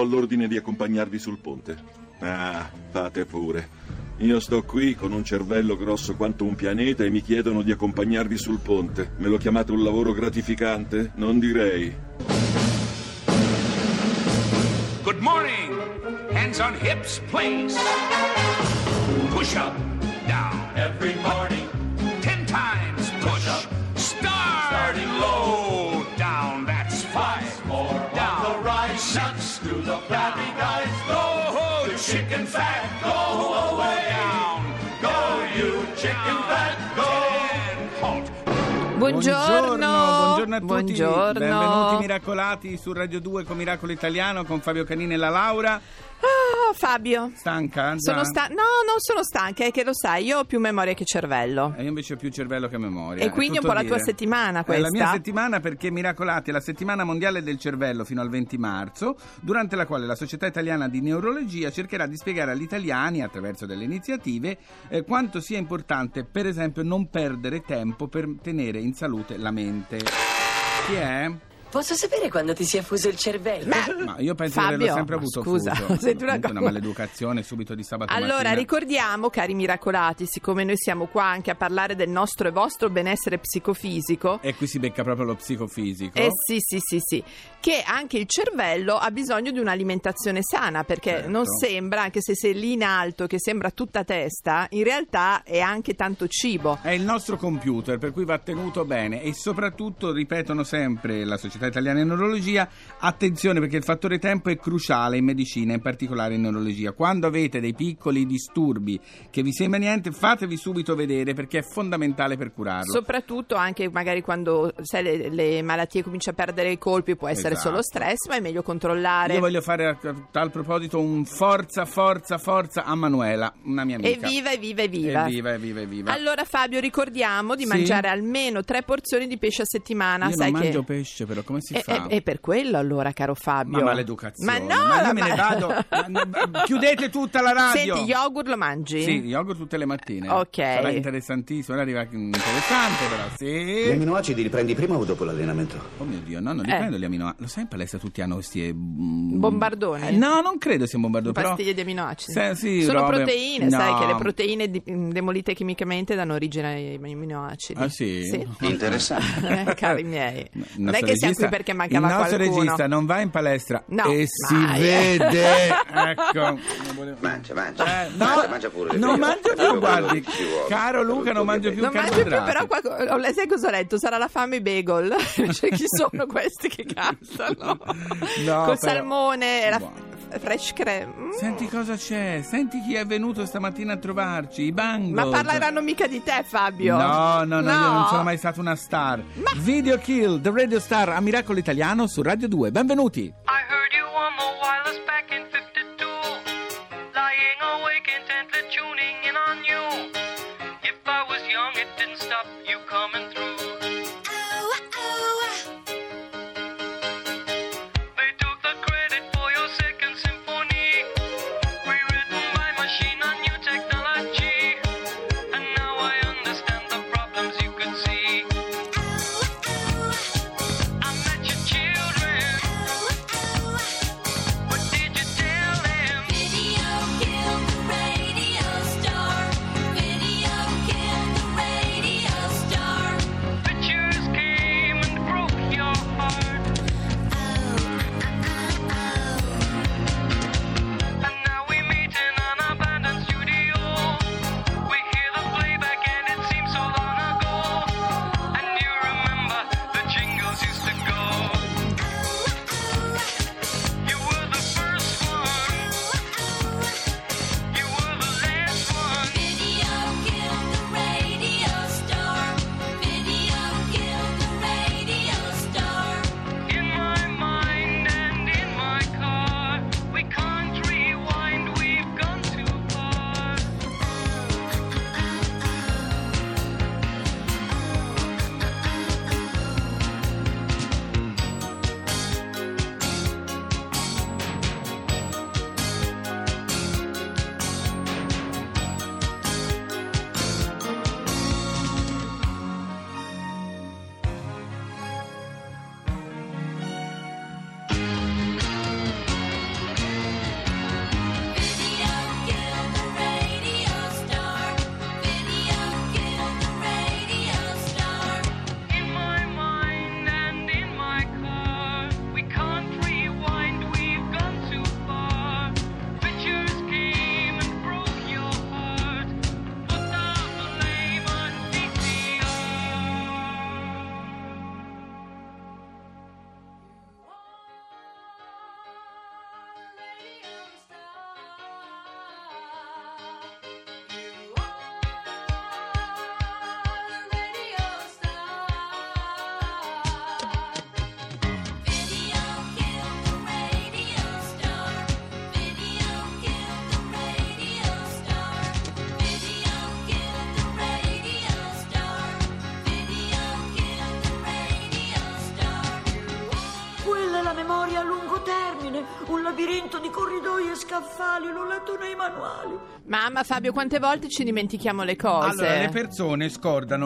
ho l'ordine di accompagnarvi sul ponte. Ah, fate pure. Io sto qui con un cervello grosso quanto un pianeta e mi chiedono di accompagnarvi sul ponte. Me lo chiamate un lavoro gratificante? Non direi. Good morning. Hands on hips, please. Push up, down. Every morning. 10 times push up. Starting low, down. That's 5 more. Down. On the rise, 6 to the flabby guys. Go, the chicken fat. Go away. Down. Go, you chicken fat. Go. 10. Halt. Buongiorno a tutti, Buongiorno. Benvenuti miracolati su Radio 2 con Miracolo Italiano con Fabio Canini e la Laura. Fabio. Stanca? No, non sono stanca, è che lo sai, io ho più memoria che cervello. E io invece ho più cervello che memoria. E quindi un po' la tua settimana questa? È la mia settimana perché Miracolati è la settimana mondiale del cervello fino al 20 marzo, durante la quale la Società Italiana di Neurologia cercherà di spiegare agli italiani, attraverso delle iniziative, quanto sia importante, per esempio, non perdere tempo per tenere in salute la mente. Chi è? Posso sapere quando ti sia fuso il cervello? Ma io penso Fabio, di averlo sempre avuto scusa, fuso. senti Una maleducazione subito di sabato Allora, mattina. ricordiamo, cari miracolati, siccome noi siamo qua anche a parlare del nostro e vostro benessere psicofisico. E qui si becca proprio lo psicofisico. Sì, che anche il cervello ha bisogno di un'alimentazione sana, perché certo. non sembra, anche se sei lì in alto, che sembra tutta testa, in realtà è anche tanto cibo. È il nostro computer, per cui va tenuto bene e soprattutto, ripetono sempre la Società Italiana di Neurologia, attenzione perché il fattore tempo è cruciale in medicina, in particolare in neurologia. Quando avete dei piccoli disturbi che vi sembra niente, fatevi subito vedere perché è fondamentale per curarlo. Soprattutto anche magari quando le malattie cominciano a perdere i colpi, può essere solo stress, ma è meglio controllare. Io voglio fare a tal proposito un forza a Manuela, una mia amica. Evviva. Allora Fabio, ricordiamo di mangiare almeno 3 porzioni di pesce a settimana. Io sai non che mangio pesce, però come si fa? È per quello allora, caro Fabio. Ma maleducazione. Ma no, io me ne vado. Chiudete tutta la radio. Senti, yogurt lo mangi? Sì, yogurt tutte le mattine. Ok. Sarà interessantissimo, ora arriva interessante però, sì. Gli aminoacidi li prendi prima o dopo l'allenamento? Oh mio Dio, no, non li prendo gli aminoacidi. Lo sai, in palestra tutti hanno questi bombardoni? No, non credo sia un bombardone. Pastiglie di aminoacidi. Sì, sono robe... proteine, no. sai che le proteine demolite chimicamente danno origine ai aminoacidi. Ah sì? Interessante. Cari miei. Non è che siamo qui perché mancava qualcuno. Il nostro regista non va in palestra e si mai. vede. Ecco. Mangia pure. Non mangio più, guardi. Caro Luca, non mangio più carboidrati. Però sai cosa ho letto? Sarà la fame bagel. Cioè, chi sono questi che cantano? Col salmone e la fresh cream. Senti cosa c'è? Senti chi è venuto stamattina a trovarci? I Bangles. Ma parleranno mica di te, Fabio? No, io non sono mai stato una star. Video Kill, The Radio Star a Miracolo Italiano su Radio 2. Benvenuti. I heard you on the wireless back in 52, lying awake intently tuning in on you. If I was young, it didn't stop you coming through. They took the credit for your second symphony, rewritten by machine on new technology, and now I understand the problems you could see. I met your children. letto di corridoi e scaffali, l'ho letto nei manuali. Mamma, Fabio, quante volte ci dimentichiamo le cose? Allora, le persone scordano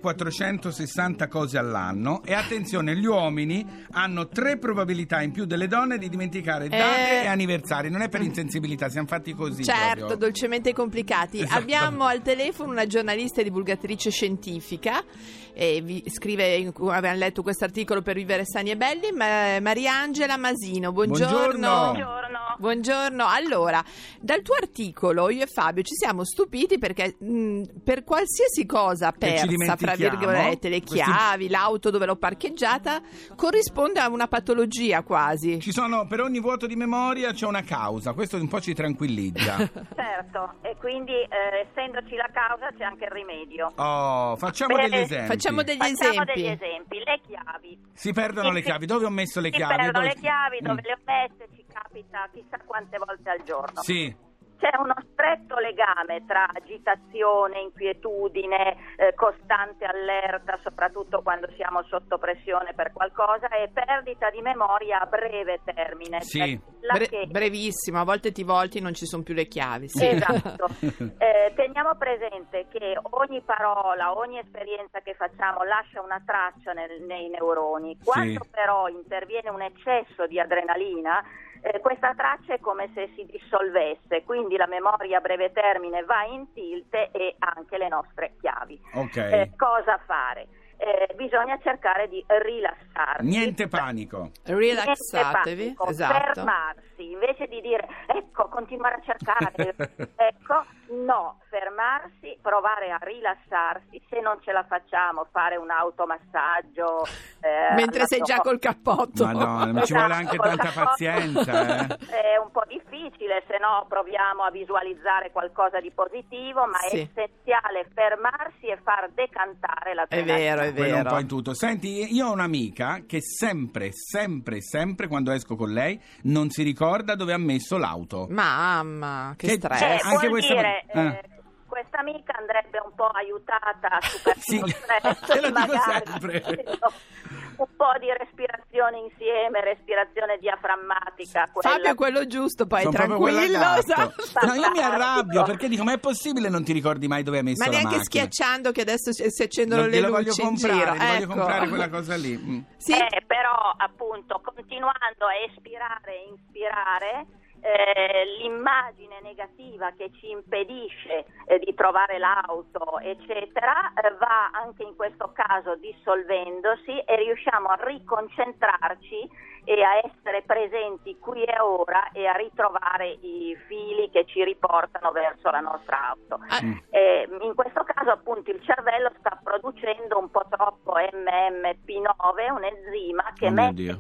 1460 cose all'anno e attenzione, gli uomini hanno 3 probabilità in più delle donne di dimenticare date e anniversari. Non è per insensibilità, siamo fatti così. Certo, proprio. dolcemente complicati. Esatto. Abbiamo al telefono una giornalista e divulgatrice scientifica, e vi scrive, avevamo letto questo articolo per Vivere Sani e Belli, Mariangela Masino. Buongiorno. Buongiorno. Allora, dal tuo articolo io e Fabio ci siamo stupiti perché per qualsiasi cosa persa, fra virgolette, le chiavi, l'auto dove l'ho parcheggiata, corrisponde a una patologia quasi. Ci sono, per ogni vuoto di memoria c'è una causa, questo un po' ci tranquillizza. Certo, e quindi essendoci la causa c'è anche il rimedio. Oh, facciamo degli esempi. Facciamo degli esempi. Le chiavi. Si perdono le chiavi. Dove ho messo le chiavi? Si perdono le chiavi, dove le ho messe, ci capita chissà quante volte al giorno. Sì. C'è uno stretto legame tra agitazione, inquietudine, costante allerta, soprattutto quando siamo sotto pressione per qualcosa, e perdita di memoria a breve termine. Sì. Brevissimo, a volte ti volti e non ci sono più le chiavi. Sì. Esatto. Teniamo presente che ogni parola, ogni esperienza che facciamo lascia una traccia nei neuroni. Quando però interviene un eccesso di adrenalina, questa traccia è come se si dissolvesse, quindi la memoria a breve termine va in tilt e anche le nostre chiavi. Ok. Cosa fare? Bisogna cercare di rilassarsi. Niente panico. Rilassatevi. Esatto. Fermarsi, invece di dire ecco, continuare a cercare, ecco, no, fermarsi, provare a rilassarsi. Se non ce la facciamo, fare un automassaggio. Mentre sei già col cappotto. Madonna, ci vuole anche tanta pazienza. È un po' difficile, se no proviamo a visualizzare qualcosa di positivo, ma è essenziale fermarsi e far decantare la È vero. Quello un po' in tutto. Senti, io ho un'amica che sempre quando esco con lei non si ricorda dove ha messo l'auto. Mamma, che stress. Anche vuol questa dire, questa amica andrebbe un po' aiutata a superare lo stress, te lo dico magari sempre. un po' di respirazione insieme, respirazione diaframmatica. Fabio è quello giusto, poi sono tranquillo. Esatto. No, io mi arrabbio perché dico, ma è possibile non ti ricordi mai dove hai messo la macchina? Ma neanche schiacciando che adesso si accendono le luci in giro. Voglio comprare quella cosa lì. Sì. Però appunto continuando a espirare e inspirare, l'immagine negativa che ci impedisce di trovare l'auto, eccetera, va anche in questo caso dissolvendosi e riusciamo a riconcentrarci e a essere presenti qui e ora e a ritrovare i fili che ci riportano verso la nostra auto. In questo caso appunto il cervello sta producendo un po' troppo MMP9, un enzima che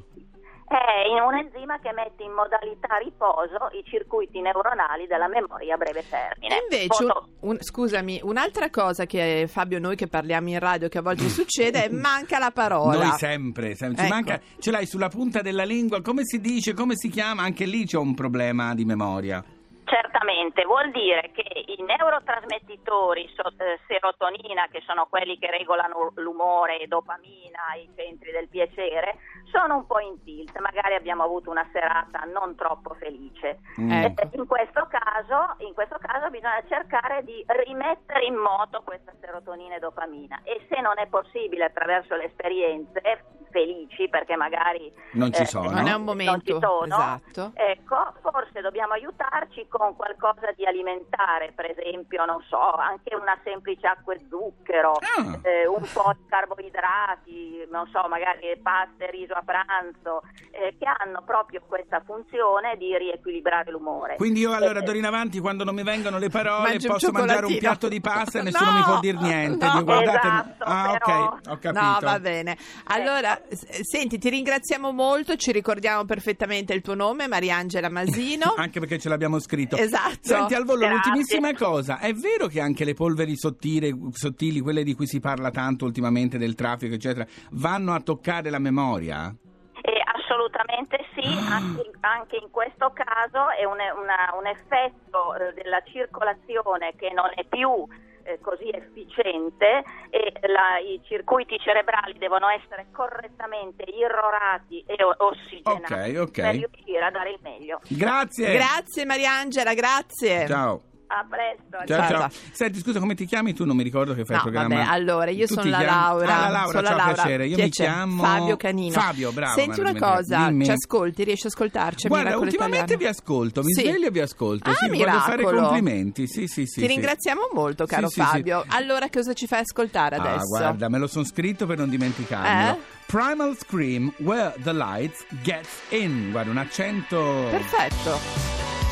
un enzima che mette in modalità riposo i circuiti neuronali della memoria a breve termine. Invece, scusami, un'altra cosa che Fabio, noi che parliamo in radio, che a volte succede, è manca la parola. Noi sempre ci manca, ce l'hai sulla punta della lingua, come si dice, come si chiama, anche lì c'è un problema di memoria. Certamente, vuol dire che i neurotrasmettitori serotonina, che sono quelli che regolano l'umore, e dopamina, i centri del piacere, sono un po' in tilt. Magari abbiamo avuto una serata non troppo felice. In questo caso bisogna cercare di rimettere in moto questa serotonina e dopamina, e se non è possibile attraverso le esperienze felici, perché magari non ci sono, non è un momento, esatto. Ecco, forse dobbiamo aiutarci con qualcosa di alimentare, per esempio, non so, anche una semplice acqua e zucchero, un po' di carboidrati, non so, magari pasta e riso a pranzo, che hanno proprio questa funzione di riequilibrare l'umore. Quindi io allora d'ora in avanti, quando non mi vengono le parole, posso mangiare un piatto di pasta e nessuno mi può dire niente. No, guardate, esatto, ok, ho capito. No, va bene. Allora, senti, ti ringraziamo molto, ci ricordiamo perfettamente il tuo nome, Mariangela Masino. Anche perché ce l'abbiamo scritto. Esatto. Senti, al volo, l'ultimissima cosa, è vero che anche le polveri sottili, quelle di cui si parla tanto ultimamente, del traffico, eccetera, vanno a toccare la memoria? Assolutamente sì, anche in questo caso è un effetto della circolazione che non è più così efficiente e i circuiti cerebrali devono essere correttamente irrorati e ossigenati per riuscire a dare il meglio. Grazie Mariangela, grazie. Ciao. A presto. Ciao. Senti, scusa, come ti chiami tu? Non mi ricordo che fai il programma. Vabbè, allora, io sono la Laura. Laura, ciao, piacere. Io mi chiamo Fabio Canino. Fabio, bravo. Senti una cosa, ci ascolti? Riesci ad ascoltarci? Guarda, ultimamente vi ascolto, mi sveglio e vi ascolto. Voglio fare complimenti. Sì. Ti ringraziamo molto, caro Fabio. Sì. Allora, cosa ci fai ascoltare adesso? Guarda, me lo sono scritto per non dimenticarmelo. Primal Scream, Where the Lights Gets In. Guarda, un accento perfetto.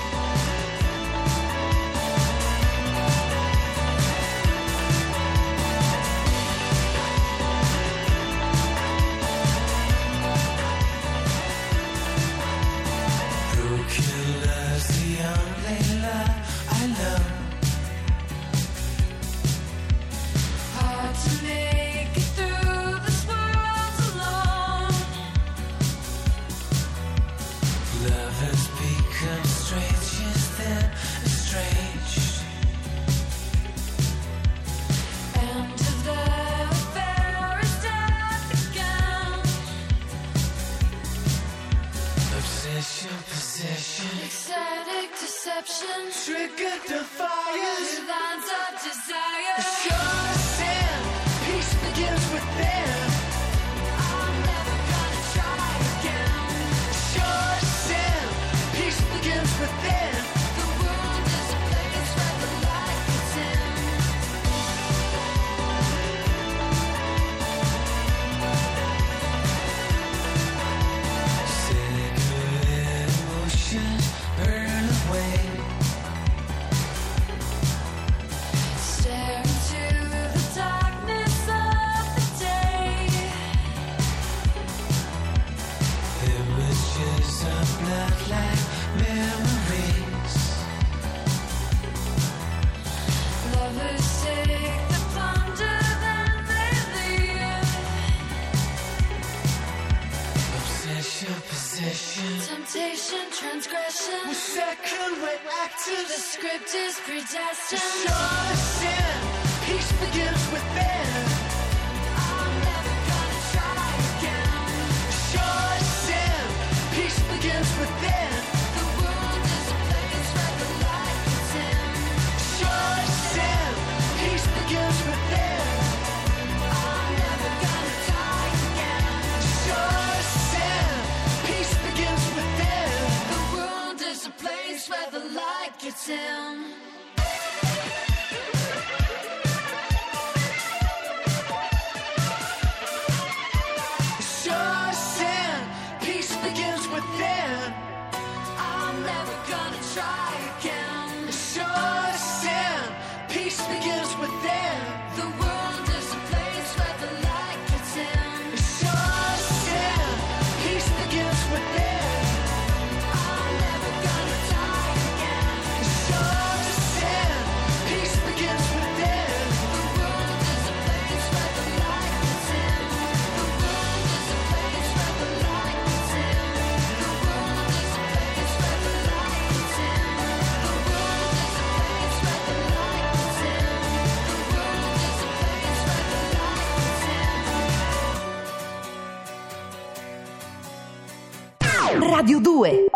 Ecstatic deception, trigger defiance, lines of desire. Sure sin, peace begins within. I'm never gonna try again. Sure sin, peace begins within. The world is a place where the light gets in. Burn away. Stare into the darkness of the day. Images of blood like memories. Lovers take the plunder that they leave. Obsession, possession, temptation, transgression. We're second way actors. The script is predestined. Sure sin, peace begins within. I'm never gonna try again. Sure sin, peace begins within. The world is a place where the light gets in. Sure sin, peace begins within. I'm never gonna die again. Sure sin, peace begins within. The world is a place where the light gets in. Sure sin, peace begins within. I'm never gonna try again. Sure sin, peace begins within. The world is a place where the light gets in. Sure sin, peace begins within. I'm never gonna die again. Sure sin, peace begins within. The world is a place where the light gets in. The world is a place where the light gets in. The world is a place where the light gets in. The world is a place where the light gets in. The world is a place where the light gets in. Radio 2